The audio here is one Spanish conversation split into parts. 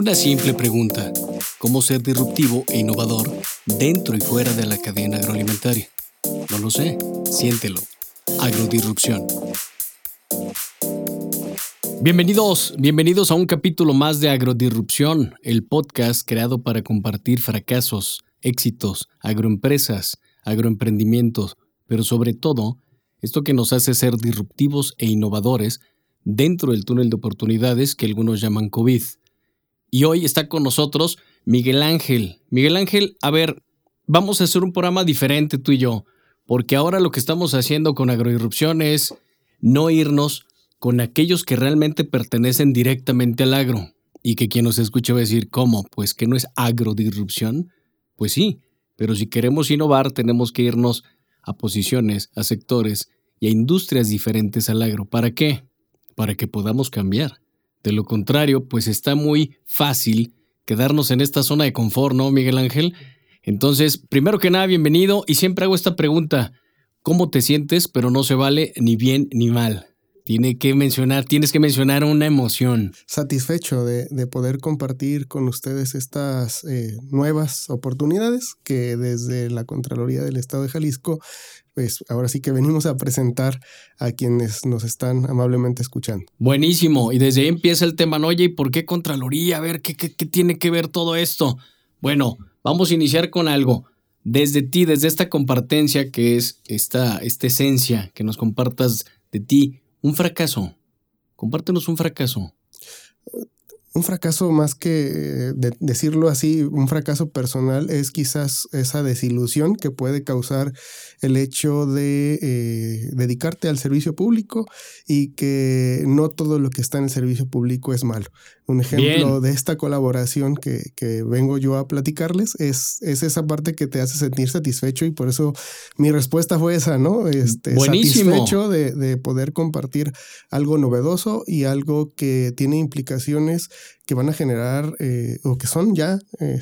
Una simple pregunta: ¿cómo ser disruptivo e innovador dentro y fuera de la cadena agroalimentaria? No lo sé, siéntelo. Agrodisrupción. Bienvenidos a un capítulo más de Agrodisrupción, el podcast creado para compartir fracasos, éxitos, agroempresas, agroemprendimientos, pero sobre todo, esto que nos hace ser disruptivos e innovadores dentro del túnel de oportunidades que algunos llaman COVID. Y hoy está con nosotros Miguel Ángel. Miguel Ángel, a ver, vamos a hacer un programa diferente tú y yo, porque ahora lo que estamos haciendo con Agrodisrupción es no irnos con aquellos que realmente pertenecen directamente al agro. Y que quien nos escuche va a decir, ¿cómo? Pues que no es agrodisrupción. Pues sí, pero si queremos innovar tenemos que irnos a posiciones, a sectores y a industrias diferentes al agro. ¿Para qué? Para que podamos cambiar. De lo contrario, pues está muy fácil quedarnos en esta zona de confort, ¿no, Miguel Ángel? Entonces, primero que nada, bienvenido. Y siempre hago esta pregunta: ¿cómo te sientes? Pero no se vale ni bien ni mal. Tienes que mencionar una emoción. Satisfecho de poder compartir con ustedes estas nuevas oportunidades que desde la Contraloría del Estado de Jalisco, pues ahora sí que venimos a presentar a quienes nos están amablemente escuchando. Buenísimo. Y desde ahí empieza el tema, ¿no? Oye, ¿y por qué Contraloría? A ver, ¿qué tiene que ver todo esto? Bueno, vamos a iniciar con algo. Desde ti, desde esta compartencia que es esta esencia que nos compartas de ti, un fracaso. Compártenos un fracaso. Un fracaso, más que decirlo así, un fracaso personal es quizás esa desilusión que puede causar el hecho de dedicarte al servicio público y que no todo lo que está en el servicio público es malo. Un ejemplo de esta colaboración que vengo yo a platicarles es esa parte que te hace sentir satisfecho, y por eso mi respuesta fue esa, ¿no? Buenísimo. Satisfecho de poder compartir algo novedoso y algo que tiene implicaciones que van a generar o que son ya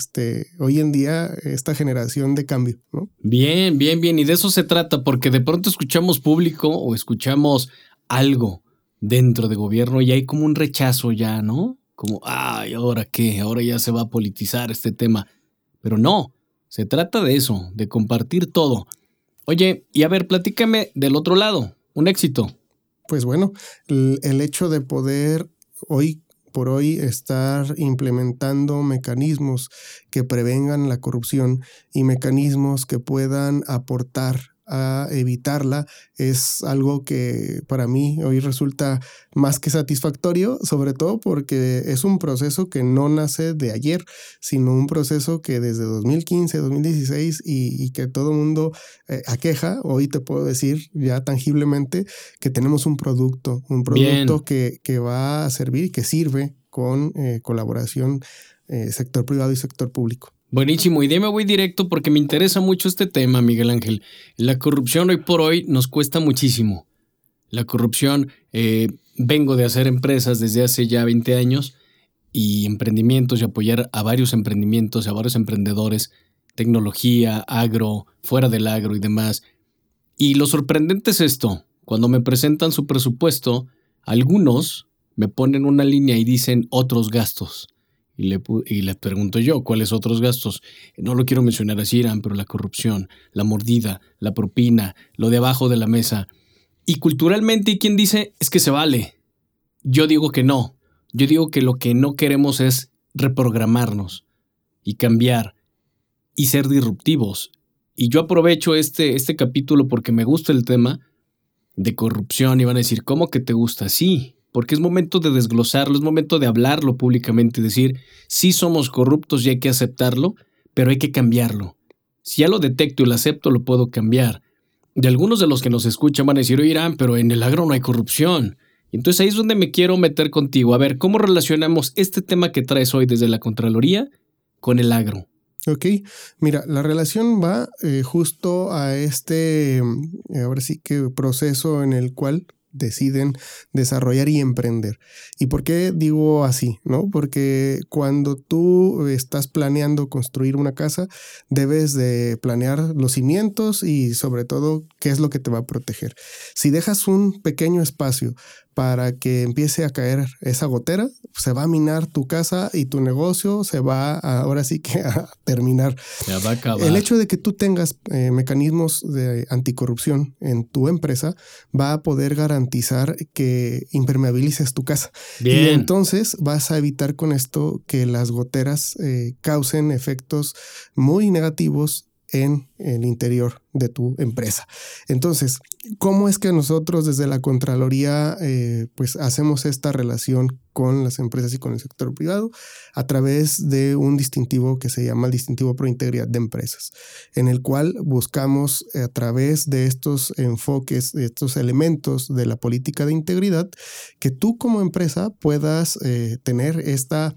hoy en día esta generación de cambio, ¿no? Bien. Y de eso se trata, porque de pronto escuchamos público o escuchamos algo dentro de gobierno y hay como un rechazo ya, ¿no? Como, ay, ¿ahora qué? Ahora ya se va a politizar este tema. Pero no, se trata de eso, de compartir todo. Oye, y a ver, platícame del otro lado, un éxito. Pues bueno, el hecho de poder hoy por hoy estar implementando mecanismos que prevengan la corrupción y mecanismos que puedan aportar a evitarla es algo que para mí hoy resulta más que satisfactorio, sobre todo porque es un proceso que no nace de ayer, sino un proceso que desde 2015, 2016 y que todo el mundo aqueja. Hoy te puedo decir ya tangiblemente que tenemos un producto que va a servir y que sirve con colaboración sector privado y sector público. Buenísimo, y de ahí me voy directo porque me interesa mucho este tema, Miguel Ángel. La corrupción hoy por hoy nos cuesta muchísimo. La corrupción, vengo de hacer empresas desde hace ya 20 años y emprendimientos y apoyar a varios emprendimientos, a varios emprendedores, tecnología, agro, fuera del agro y demás. Y lo sorprendente es esto: cuando me presentan su presupuesto, algunos me ponen una línea y dicen otros gastos. Y le pregunto yo, ¿cuáles otros gastos? No lo quiero mencionar así, Irán, pero la corrupción, la mordida, la propina, lo de abajo de la mesa. Y culturalmente, ¿y quién dice? Es que se vale. Yo digo que no. Yo digo que lo que no queremos es reprogramarnos y cambiar y ser disruptivos. Y yo aprovecho este capítulo porque me gusta el tema de corrupción y van a decir, ¿cómo que te gusta? Sí, porque es momento de desglosarlo, es momento de hablarlo públicamente, decir, sí somos corruptos y hay que aceptarlo, pero hay que cambiarlo. Si ya lo detecto y lo acepto, lo puedo cambiar. Y algunos de los que nos escuchan van a decir, oye, Irán, pero en el agro no hay corrupción. Y entonces ahí es donde me quiero meter contigo. A ver, ¿cómo relacionamos este tema que traes hoy desde la Contraloría con el agro? Ok, mira, la relación va justo a ahora sí que proceso en el cual deciden desarrollar y emprender. ¿Y por qué digo así? ¿No? Porque cuando tú estás planeando construir una casa, debes de planear los cimientos y sobre todo qué es lo que te va a proteger. Si dejas un pequeño espacio para que empiece a caer esa gotera, se va a minar tu casa y tu negocio se va ahora sí que a terminar. Se va a acabar. El hecho de que tú tengas mecanismos de anticorrupción en tu empresa va a poder garantizar que impermeabilices tu casa. Bien. Y entonces vas a evitar con esto que las goteras causen efectos muy negativos en el interior de tu empresa. Entonces, ¿cómo es que nosotros desde la Contraloría pues hacemos esta relación con las empresas y con el sector privado? A través de un distintivo que se llama el distintivo Pro Integridad de Empresas, en el cual buscamos a través de estos enfoques, de estos elementos de la política de integridad, que tú como empresa puedas tener esta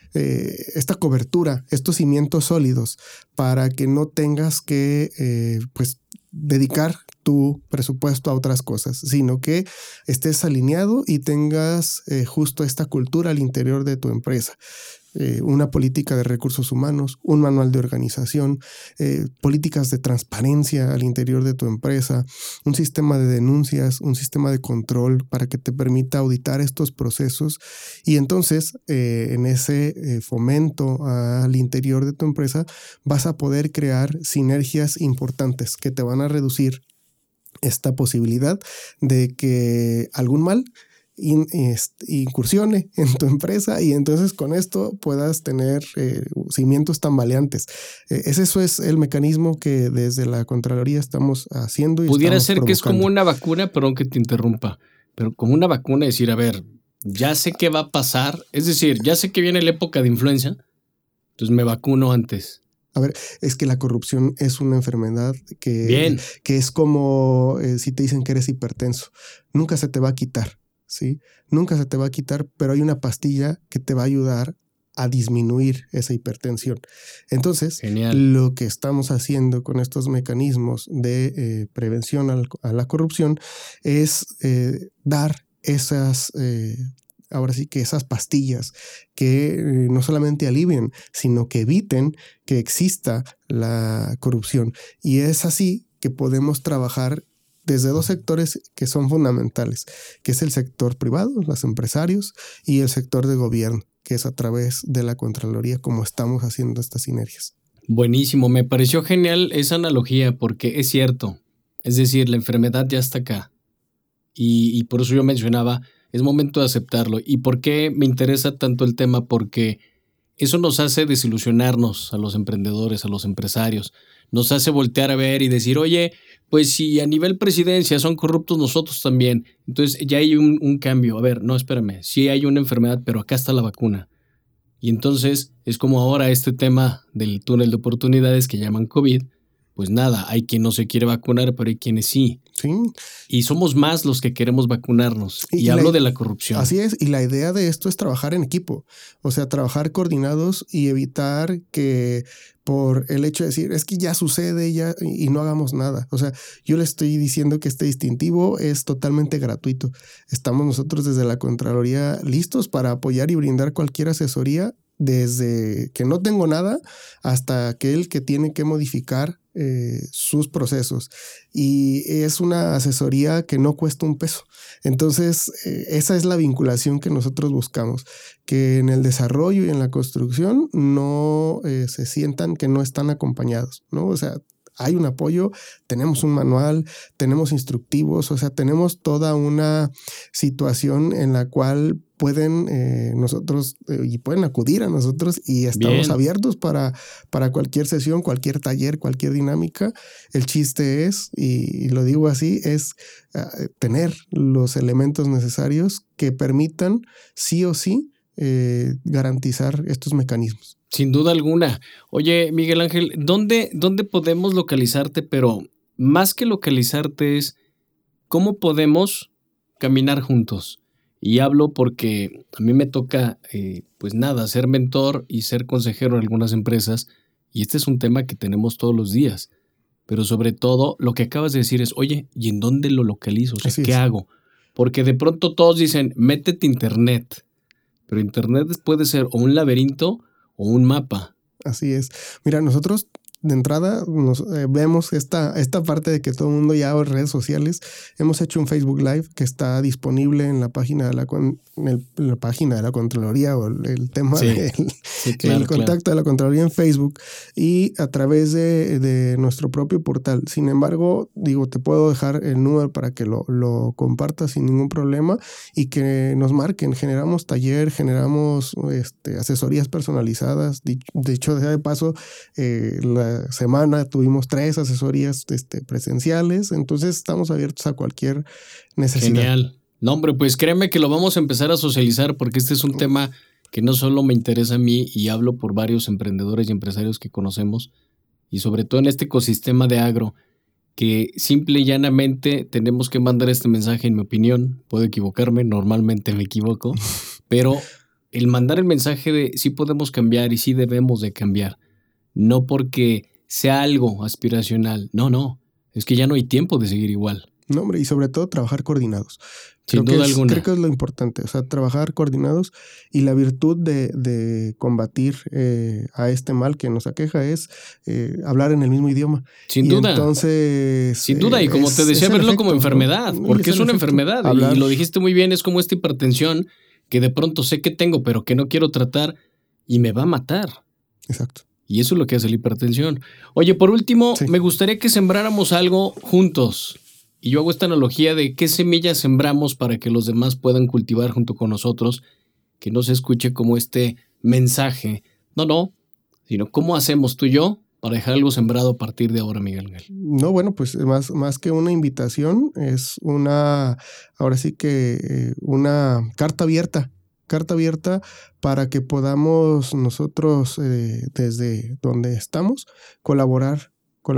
cobertura, estos cimientos sólidos, para que no tengas que pues dedicar tu presupuesto a otras cosas, sino que estés alineado y tengas justo esta cultura al interior de tu empresa. Una política de recursos humanos, un manual de organización, políticas de transparencia al interior de tu empresa, un sistema de denuncias, un sistema de control para que te permita auditar estos procesos. Y entonces, en ese fomento al interior de tu empresa, vas a poder crear sinergias importantes que te van a reducir esta posibilidad de que algún mal incursione en tu empresa y entonces con esto puedas tener cimientos tambaleantes. Eso es el mecanismo que desde la Contraloría estamos haciendo. Y pudiera ser provocando. Que es como una vacuna, perdón que te interrumpa, pero como una vacuna, decir, a ver, ya sé qué va a pasar, es decir, ya sé que viene la época de influenza, entonces me vacuno antes. A ver, es que la corrupción es una enfermedad que es como si te dicen que eres hipertenso, nunca se te va a quitar. ¿Sí? Nunca se te va a quitar, pero hay una pastilla que te va a ayudar a disminuir esa hipertensión. Entonces, lo que estamos haciendo con estos mecanismos de prevención a la corrupción es dar esas, ahora sí que esas pastillas que no solamente alivien, sino que eviten que exista la corrupción. Y es así que podemos trabajar desde dos sectores que son fundamentales, que es el sector privado, los empresarios, y el sector de gobierno, que es a través de la Contraloría como estamos haciendo estas sinergias. Buenísimo, me pareció genial esa analogía porque es cierto, es decir, la enfermedad ya está acá y por eso yo mencionaba, es momento de aceptarlo. ¿Y por qué me interesa tanto el tema? Porque eso nos hace desilusionarnos a los emprendedores, a los empresarios, nos hace voltear a ver y decir, oye, pues si a nivel presidencia son corruptos, nosotros también. Entonces ya hay un cambio. A ver, no, espérame, sí hay una enfermedad, pero acá está la vacuna. Y entonces es como ahora este tema del túnel de oportunidades que llaman COVID. Pues nada, hay quien no se quiere vacunar, pero hay quienes sí. Sí. Y somos más los que queremos vacunarnos. Y hablo de la corrupción. Así es. Y la idea de esto es trabajar en equipo. O sea, trabajar coordinados y evitar que por el hecho de decir, es que ya sucede ya y no hagamos nada. O sea, yo le estoy diciendo que este distintivo es totalmente gratuito. Estamos nosotros desde la Contraloría listos para apoyar y brindar cualquier asesoría, desde que no tengo nada hasta aquel que tiene que modificar sus procesos. Y es una asesoría que no cuesta un peso. Entonces, esa es la vinculación que nosotros buscamos, que en el desarrollo y en la construcción no se sientan que no están acompañados, ¿no? O sea, hay un apoyo, tenemos un manual, tenemos instructivos, o sea, tenemos toda una situación en la cual pueden nosotros y pueden acudir a nosotros y estamos abiertos para cualquier sesión, cualquier taller, cualquier dinámica. El chiste es, y lo digo así, es tener los elementos necesarios que permitan sí o sí garantizar estos mecanismos. Sin duda alguna. Oye, Miguel Ángel, ¿dónde podemos localizarte? Pero más que localizarte es cómo podemos caminar juntos. Y hablo porque a mí me toca, pues nada, ser mentor y ser consejero en algunas empresas. Y este es un tema que tenemos todos los días. Pero sobre todo, lo que acabas de decir es, oye, ¿y en dónde lo localizo? O sea, ¿qué hago? Porque de pronto todos dicen, métete a internet. Pero internet puede ser o un laberinto o un mapa. Así es. Mira, nosotros de entrada vemos esta parte de que todo el mundo ya en redes sociales. Hemos hecho un Facebook Live que está disponible en la página de la página de la Contraloría, o el tema del contacto de la Contraloría en Facebook, y a través de nuestro propio portal. Sin embargo, te puedo dejar el número para que lo compartas sin ningún problema y que nos marquen. Generamos taller, generamos asesorías personalizadas. De hecho, de paso, la semana tuvimos 3 asesorías presenciales. Entonces estamos abiertos a cualquier necesidad. Genial. No, hombre, pues créeme que lo vamos a empezar a socializar, porque este es un tema que no solo me interesa a mí, y hablo por varios emprendedores y empresarios que conocemos, y sobre todo en este ecosistema de agro, que simple y llanamente tenemos que mandar este mensaje. En mi opinión, puedo equivocarme, normalmente me equivoco, pero el mandar el mensaje de sí podemos cambiar y sí debemos de cambiar, no porque sea algo aspiracional, no, es que ya no hay tiempo de seguir igual. No, hombre, y sobre todo trabajar coordinados. Sin duda alguna. Creo que es lo importante, o sea, trabajar coordinados, y la virtud de combatir a este mal que nos aqueja es hablar en el mismo idioma. Sin duda. Entonces, sin duda, y como te decía, verlo como enfermedad, ¿no? Porque es una enfermedad, y lo dijiste muy bien, es como esta hipertensión que de pronto sé que tengo, pero que no quiero tratar y me va a matar. Exacto. Y eso es lo que hace la hipertensión. Oye, por último, me gustaría que sembráramos algo juntos. Y yo hago esta analogía de qué semillas sembramos para que los demás puedan cultivar junto con nosotros, que no se escuche como este mensaje. No, sino cómo hacemos tú y yo para dejar algo sembrado a partir de ahora, Miguel Ángel. No, bueno, pues más que una invitación, es ahora sí que una carta abierta para que podamos nosotros, desde donde estamos, colaborar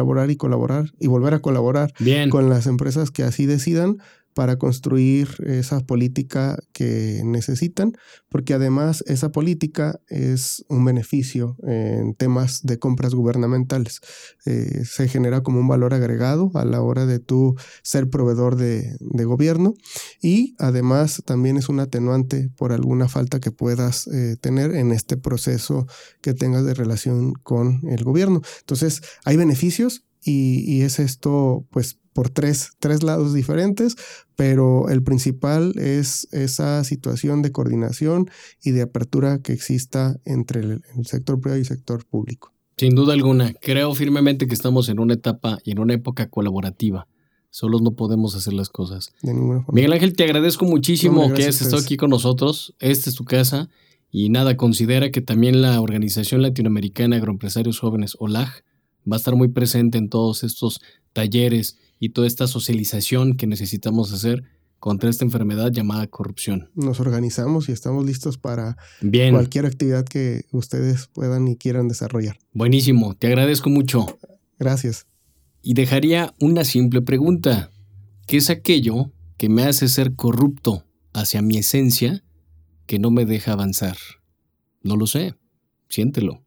y volver a colaborar con las empresas que así decidan, para construir esa política que necesitan, porque además esa política es un beneficio en temas de compras gubernamentales. Se genera como un valor agregado a la hora de tú ser proveedor de gobierno, y además también es un atenuante por alguna falta que puedas tener en este proceso que tengas de relación con el gobierno. Entonces hay beneficios, y es esto pues por tres lados diferentes, pero el principal es esa situación de coordinación y de apertura que exista entre el sector privado y el sector público. Sin duda alguna, creo firmemente que estamos en una etapa y en una época colaborativa. Solos no podemos hacer las cosas. De ninguna forma. Miguel Ángel, te agradezco muchísimo que hayas estado aquí con nosotros. Esta es tu casa, y nada, considera que también la Organización Latinoamericana de Agroempresarios Jóvenes, OLAJ, va a estar muy presente en todos estos talleres y toda esta socialización que necesitamos hacer contra esta enfermedad llamada corrupción. Nos organizamos y estamos listos para cualquier actividad que ustedes puedan y quieran desarrollar. Buenísimo, te agradezco mucho. Gracias. Y dejaría una simple pregunta. ¿Qué es aquello que me hace ser corrupto hacia mi esencia que no me deja avanzar? No lo sé. Siéntelo.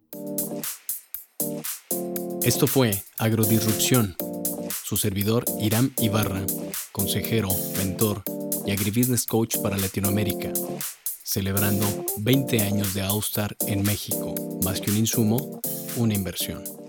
Esto fue Agrodisrupción. Su servidor, Hiram Ibarra, consejero, mentor y agribusiness coach para Latinoamérica, celebrando 20 años de Austar en México. Más que un insumo, una inversión.